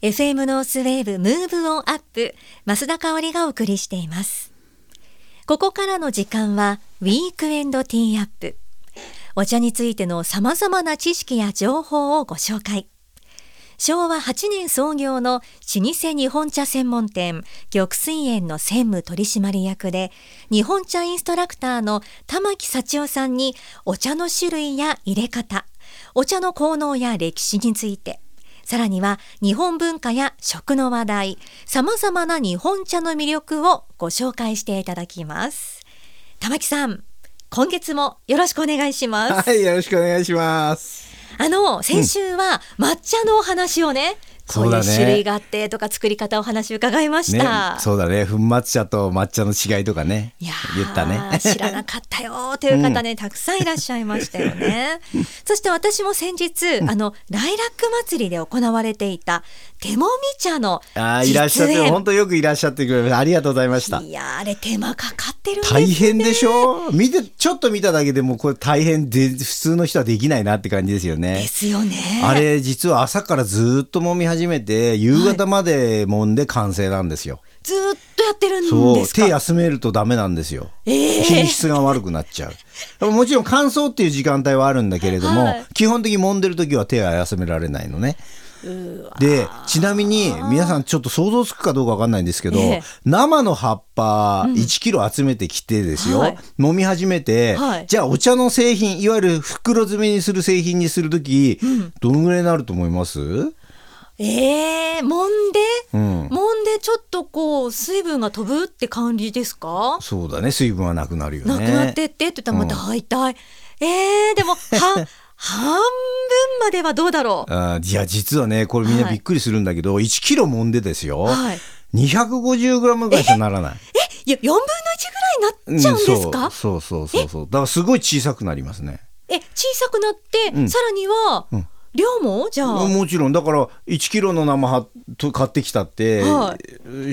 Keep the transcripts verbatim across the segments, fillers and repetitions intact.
エフエム ノースウェーブムーブオンアップ、増田香織がお送りしています。ここからの時間はウィークエンドティーアップ。お茶についてのさまざまな知識や情報をご紹介。しょうわはちねん創業の老舗日本茶専門店玉水園の専務取締役で、日本茶インストラクターの玉木幸男さんにお茶の種類や入れ方、お茶の効能や歴史について、さらには日本文化や食の話題、さまざまな日本茶の魅力をご紹介していただきます。玉木さん、今月もよろしくお願いします。 はい、よろしくお願いします。 あの先週は抹茶のお話をね、こういう種類があってとか作り方お話伺いました、 ね、そうだね、粉末茶と抹茶の違いとかね、 いや言ったね。 知らなかったよという方ね、うん、たくさんいらっしゃいましたよね。そして私も先日、うん、あのライラック祭りで行われていた手もみ茶の実演、 あいらっしゃって本当よくいらっしゃってくれました。ありがとうございました。 いやあれ手間かかってるんですね。 大変でしょ。見てちょっと見ただけでもこれ大変で、普通の人はできないなって感じですよね。 ですよね。 あれ実は朝からずっと揉み始めて夕方まで揉んで完成なんですよ、はい、 ずっとやってるんですか。 そう、手休めるとダメなんですよ、えー、品質が悪くなっちゃう。もちろん乾燥っていう時間帯はあるんだけれども、はい、基本的に揉んでる時は手は休められないのね。でちなみに皆さんちょっと想像つくかどうか分かんないんですけど、えー、生の葉っぱいちキロ集めてきてですよ、うんはい、揉み始めて、はい、じゃあお茶の製品、いわゆる袋詰めにする製品にするとき、うん、どのぐらいになると思います？ えー、揉んで、うん、揉んでちょっとこう水分が飛ぶって感じですか？ そうだね、水分はなくなるよね。 なくなってってって言ったらもう大体、うん、えー、でもは半分まではどうだろう。 あ、いや実はねこれみんなびっくりするんだけど、はい、いちキロ揉んでですよ、はい、にひゃくごじゅうグラムぐらいしかならない。 ええ、いやよんぶんのいちぐらいになっちゃうんですか？ うん、そうそうそうそうそう、だからすごい小さくなりますね。 え小さくなって、うん、さらには、うん、量もじゃあもちろんだからいちキロの生葉と買ってきたって、はい、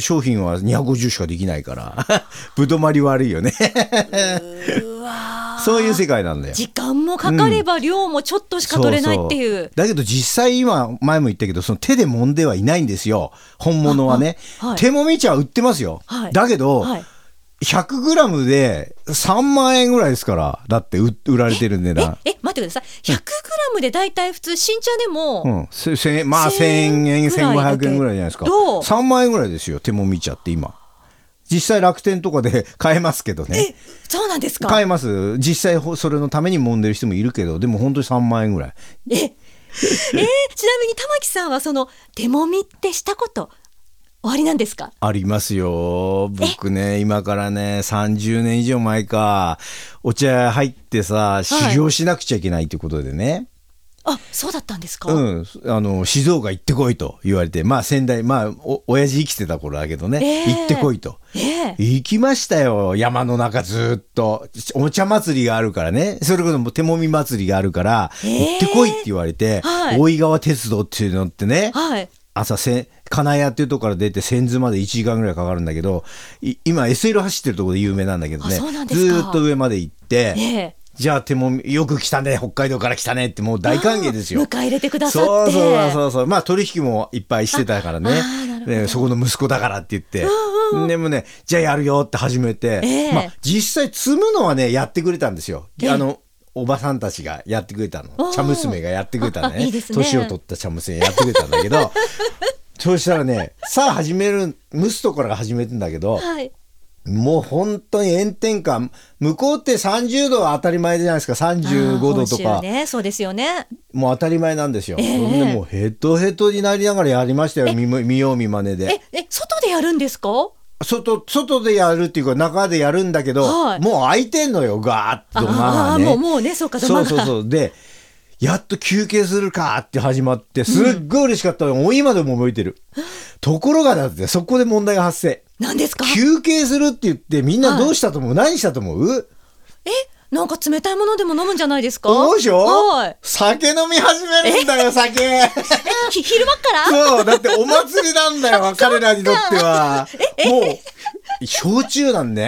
商品はにひゃくごじゅうしかできないからぶどまり悪いよね。うわそういう世界なんだよ。 時間もかかれば量もちょっとしか取れないっていう、うん、そうそうだけど実際今前も言ったけどその手で揉んではいないんですよ本物はね、はい、手もみ茶は売ってますよ、はい、だけど、はい、ひゃくグラムでさんまんえんぐらいですから。だって売られてる値段。 ええ待ってください、ひゃくグラムでだいたい普通新茶でも、うん、 せまあせんえんせんごひゃくえんぐらいじゃないですか。さんまんえんぐらいですよ手もみ茶って今。実際楽天とかで買えますけどね。 えそうなんですか。 買えます。実際それのために揉んでる人もいるけど、でも本当にさんまんえんぐらい。 ええー、ちなみに玉木さんはその手もみってしたこと終わりなんですか？ ありますよ。僕ね今からねさんじゅうねん以上前かお茶屋入ってさ修行しなくちゃいけないということでね、はい、 あそうだったんですか？ うん、あの静岡行ってこいと言われて、まあ先代まあお親父生きてた頃だけどね、えー、行ってこいと、えー、行きましたよ。山の中ずっとお茶祭りがあるからね、それこそ手もみ祭りがあるから、えー、行ってこいって言われて、はい、大井川鉄道っていうのってね、はい、朝せ金谷っていうところから出て千頭までいちじかんぐらいかかるんだけど、今 エスエル 走ってるところで有名なんだけどね、ずっと上まで行って、えーじゃあ手もみよく来たね北海道から来たねってもう大歓迎ですよ。 迎え入れてくださって。 そうそうそうそう、まあ取引もいっぱいしてたからね、ねそこの息子だからって言って、うんうん、でもねじゃあやるよって始めて、えーまあ、実際摘むのはねやってくれたんですよ、えー、あのおばさんたちがやってくれたの、茶娘がやってくれたのね、いいですね、年を取った茶娘やってくれたんだけどそうしたらねさあ始める蒸すところが始めてんだけど、はいもう本当に炎天下、向こうってさんじゅうどは当たり前じゃないですか。さんじゅうごどとか、 ね、そうですよね。 もう当たり前なんですよ、えー、でもうヘトヘトになりながらやりましたよ。見, 見よう見まねで。 ええ外でやるんですか？ 外, 外でやるっていうか中でやるんだけど、はい、もう開いてんのよガーッと間がね。 もうもうねそうかそうそうそうでやっと休憩するかって始まってすっごい嬉しかったの、うん、今でも覚えてる。ところがだってそこで問題が発生。 何ですか？ 休憩するって言ってみんなどうしたと思う、はい、何したと思う？ えなんか冷たいものでも飲むんじゃないですか？ 思うでしょ、 はい、 酒飲み始めるんだよ酒昼間っからそうだってお祭りなんだよ彼らにとってはもう焼酎なんね。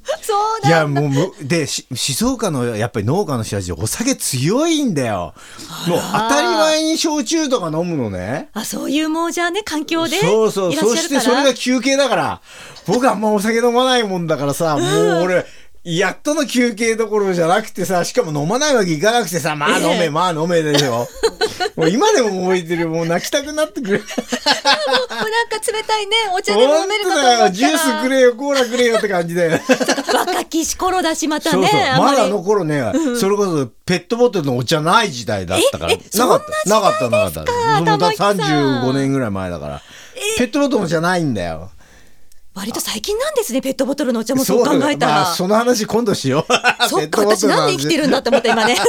そういなんだ。 やもうむでし静岡のやっぱり農家の人たちお酒強いんだよ。もう当たり前に焼酎とか飲むのね。 あ、そういうもうじゃあね環境でいらっしゃそうるから。 そう、そしてそれが休憩だから、僕はあんまお酒飲まないもんだからさ、もう俺やっとの休憩どころじゃなくてさ、しかも飲まないわけいかなくてさ、まあ飲め、ええ、まあ飲めでしょ。もう今でも覚えてる。もう泣きたくなってくる。もうなんか冷たいねお茶でも飲めるかと思ったら、 ジュースくれよコーラくれよって感じで。 若きし頃だしまたね。 そうそう、まだの頃ね、うん、それこそペットボトルのお茶ない時代だったから。 ええなかったなかったなかった。 玉木さんさんじゅうごねんぐらい前だから。ペットボトルじゃないんだよ。 割と最近なんですね、ペットボトルのお茶もそう考えたら。 まあ、その話今度しよう。 そっか、私なんで生きてるんだって思った今ね。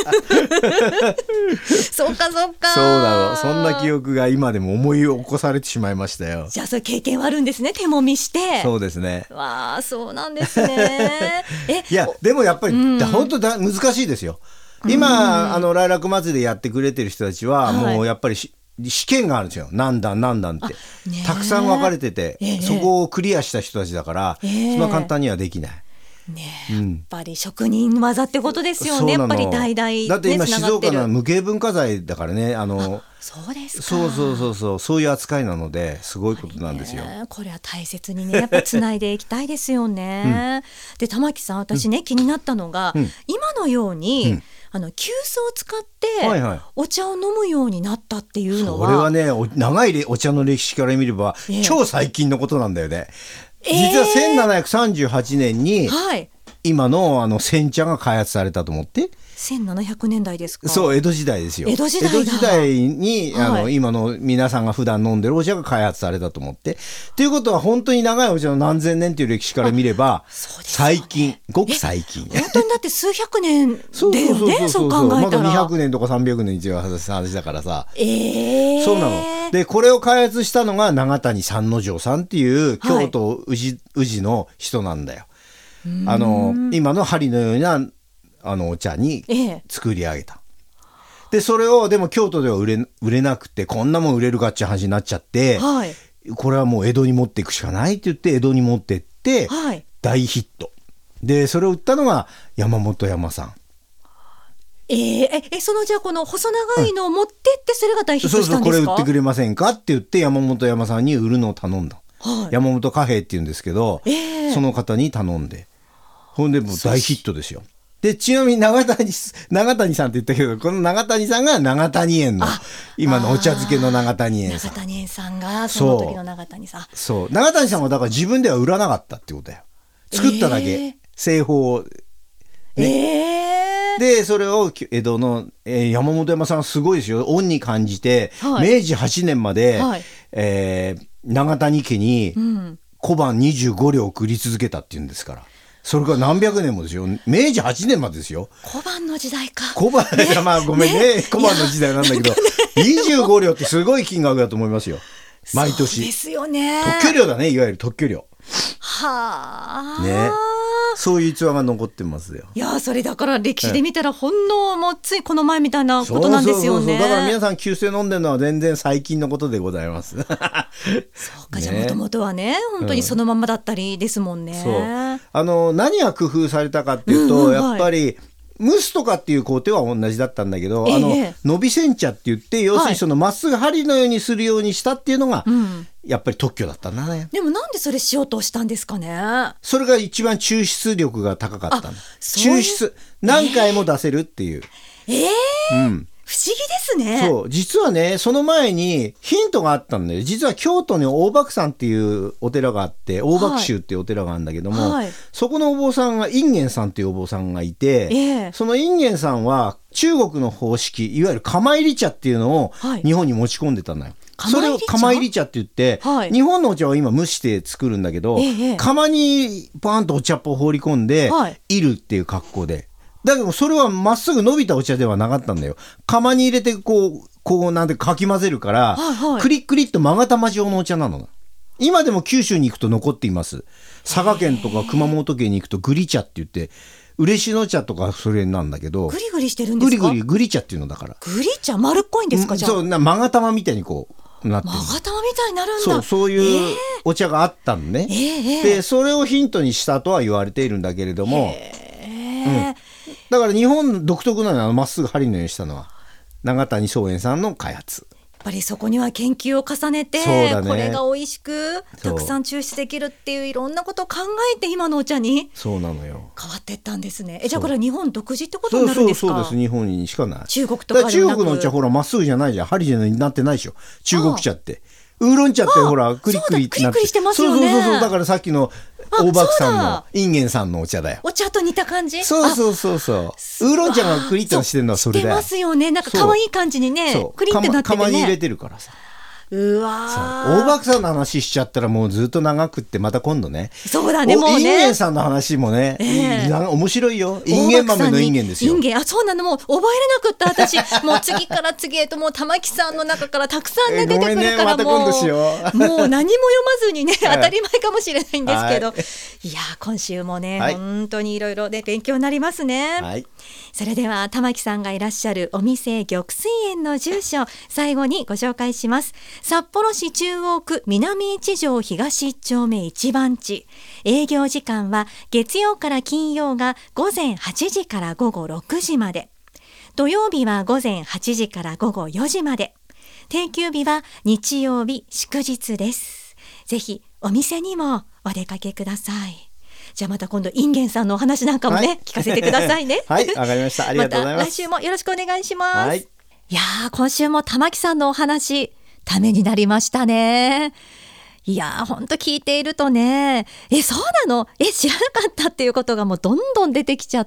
そっかそっか。 そうだろう。そんな記憶が今でも思い起こされてしまいましたよ。 じゃあそういう経験はあるんですね、手もみして。 そうですね。 わあ、そうなんですね。 えいやでもやっぱり、うん、本当だ難しいですよ。今、うん、あの来楽祭りでやってくれてる人たちは、はい、もうやっぱりし試験があるんですよ。何段何段って、ね、たくさん分かれてて、えー、そこをクリアした人たちだから、えー、そんな簡単にはできない。 ねえ、うん、やっぱり職人技ってことですよね。やっぱり代々、ね、 だって今静岡の無形文化財だからね。あのそうですか。 そうそうそうそう、そういう扱いなのですごいことなんですよ。 ね、これは大切にねやっぱつないでいきたいですよね。うん、で玉木さん私ね、うん、気になったのが、うん、今のように、うんあの急須を使ってお茶を飲むようになったっていうのは、 はいはい、それはね長いお茶の歴史から見れば、えー、超最近のことなんだよね。実はせんななひゃくさんじゅうはちねんに、えーはい、今 の, あの煎茶が開発されたと思って。 せんななひゃくねんだいですか。 そう江戸時代ですよ。 江戸時代だ。 江戸時代にあの、はい、今の皆さんが普段飲んでるお茶が開発されたと思って。ということは本当に長いお茶の何千年という歴史から見れば、ね、最近ごく最近。 本当にだって数百年だよね。そう考えたらまだにひゃくねんとかさんびゃくねんに違う話だからさ、 えー、 そうなの。でこれを開発したのが永谷三之丞さんっていう京都宇治、宇治の人なんだよ。あの今の針のようなあのお茶に作り上げた、ええ、でそれをでも京都では売れ、売れなくてこんなもん売れるかって話になっちゃって、はい、これはもう江戸に持っていくしかないって言って江戸に持ってって、はい、大ヒットでそれを売ったのが山本山さん。 えー、えそのじゃあこの細長いのを持ってってそれが大ヒットしたんですか。 そうそうこれ売ってくれませんかって言って山本山さんに売るのを頼んだ、はい、山本貨幣っていうんですけど、えー、その方に頼んでほんでもう大ヒットですよ。でちなみに永谷、永谷さんって言ったけどこの永谷さんが永谷園の今のお茶漬けの永谷園さん。 永谷園さんがその時の永谷さん。 そう、永谷さんはだから自分では売らなかったってことだよ。作っただけ、えー、製法を、ねえー、でそれを江戸の、えー、山本山さんすごいですよ。恩に感じて、はい、めいじはちねんまで、はいえー、永谷家に小判にじゅうごりょう送り続けたっていうんですから。それから何百年もですよ。めいじはちねんまでですよ。 小判の時代か。 小判、ね、まあごめんね、ね小判の時代なんだけど、ね、にじゅうごりょうってすごい金額だと思いますよ。毎年。 そうですよね。 特許料だね、いわゆる特許料。 はあ。 ね。そういう逸話が残ってますよ。 いやそれだから歴史で見たらほんのもうついこの前みたいなことなんですよね。そうそうそうだから皆さん急須飲んでるのは全然最近のことでございます。そうか、ね、じゃあもともとはね本当にそのままだったりですもんね。 うん、そうあの何が工夫されたかっていうと、うんうん、やっぱり、はい蒸すとかっていう工程は同じだったんだけど、えー、あの伸び煎茶って言って要するにそのまっすぐ針のようにするようにしたっていうのが、はい、やっぱり特許だったんだね。 でもなんでそれしようとしたんですかね。 それが一番抽出力が高かったの。抽出何回も出せるっていう、 えーえーうん不思議ですね。 そう実はねその前にヒントがあったんだよ。実は京都に大漠山っていうお寺があって大漠宗っていうお寺があるんだけども、はい、そこのお坊さんが隠元さんっていうお坊さんがいて、えー、その隠元さんは中国の方式いわゆる釜入り茶っていうのを日本に持ち込んでたのよ。はい、それを釜入り茶って言って、はい、日本のお茶は今蒸して作るんだけど、えー、釜にパーンとお茶っ葉を放り込んで、はい、いるっていう格好でだけどそれはまっすぐ伸びたお茶ではなかったんだよ。釜に入れてこうこうなんてかき混ぜるから、はいはい、クリックリッと勾玉状のお茶なの。今でも九州に行くと残っています。佐賀県とか熊本県に行くとグリ茶って言って嬉野茶とかそれなんだけどグリグリしてるんですか。 グリグリグリ茶っていうのだから。 グリ茶丸っこいんですか。じゃあそうな勾玉みたいにこうなってる。 勾玉みたいになるんだ。 そうそういうお茶があったのね、 えー、 でそれをヒントにしたとは言われているんだけれども、 えーうん、だから日本独特なのはまっすぐ針のようにしたのは永谷宗園さんの開発。 やっぱりそこには研究を重ねて、 そうだね、 これが美味しくたくさん抽出できるっていういろんなことを考えて今のお茶にそうなのよ変わっていったんですね。えじゃあこれは日本独自ってことになるんですか？ そうそうそうです、日本にしかない。 中国とかでもなく、 中国のお茶ほらまっすぐじゃないじゃん、針になってないでしょ中国茶って。ウーロン茶ってほらクリクリってなって、 クリクリしてますよね。 そうそうそう、だからさっきの大麦さんのインゲンさんのお茶だよ。 お茶と似た感じ。 そうそうそうそう、ウーロン茶がクリッとしてるのはそれだよ。 してますよね、なんか可愛い感じにねクリってなっててね、 釜に入れてるからさ。 うわ大麦さんの話しちゃったらもうずっと長くって、また今度ね。 そうだね、もうね、 インゲンさんの話もね、えー、面白いよ。インゲン豆のインゲンですよ。 インゲン、あ、そうなの、もう覚えれなくった私もう次から次へともう玉木さんの中からたくさん、ね、出てくるから、 ね、 もう、 また今度しようもう何も読まずにね当たり前かもしれないんですけど、はい、いや今週もね、はい、本当にいろいろで勉強になりますね、はい、それでは玉木さんがいらっしゃるお店玉水園の住所、最後にご紹介します。札幌市中央区南一条東一丁目一番地、営業時間は月曜から金曜が午前はちじから午後ろくじまで、土曜日は午前はちじから午後よじまで、定休日は日曜日祝日です。ぜひお店にもお出かけください。じゃあまた今度インゲンさんのお話なんかもね、はい、聞かせてくださいね。 はい、わかりました。ありがとうございます。 また来週もよろしくお願いします。 はい、 いやー、今週も玉木さんのお話ためになりましたね。いやー、ほんと聞いているとね、えそうなの、え知らなかったっていうことがもうどんどん出てきちゃって、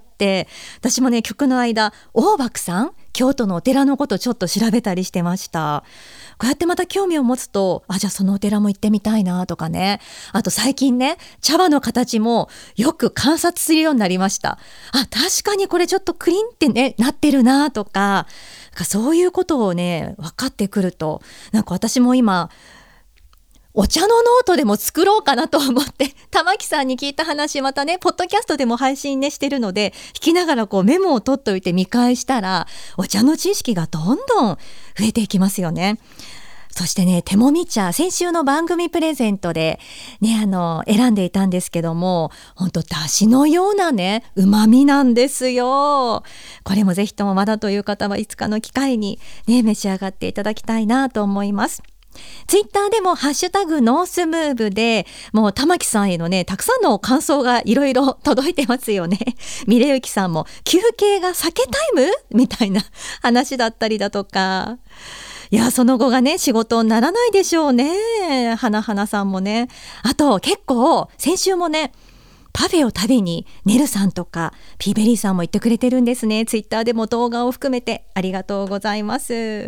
私もね曲の間大漠さん、京都のお寺のことちょっと調べたりしてました。こうやってまた興味を持つと、あじゃあそのお寺も行ってみたいなとかね、あと最近ね茶葉の形もよく観察するようになりました。あ確かにこれちょっとクリンってねなってるなとか、そういうことをね分かってくると、なんか私も今お茶のノートでも作ろうかなと思って、玉木さんに聞いた話またねポッドキャストでも配信ねしてるので、聞きながらこうメモを取っておいて見返したら、お茶の知識がどんどん増えていきますよね。そしてね手もみ茶、先週の番組プレゼントでねあの選んでいたんですけども、本当出汁のようなね旨味なんですよ。これもぜひともまだという方はいつかの機会にね召し上がっていただきたいなと思います。ツイッターでもハッシュタグノースムーブでもう玉木さんへのねたくさんの感想がいろいろ届いてますよね。ミレユキさんも休憩が酒タイムみたいな話だったりだとか、いやその後がね仕事にならないでしょうね。花花さんもね、あと結構先週もねパフェを食べにネルさんとかピーベリーさんも言ってくれてるんですね。ツイッターでも動画を含めてありがとうございます。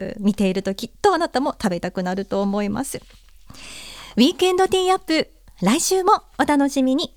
見ているときっとあなたも食べたくなると思います。ウィークエンドティーアップ、来週もお楽しみに。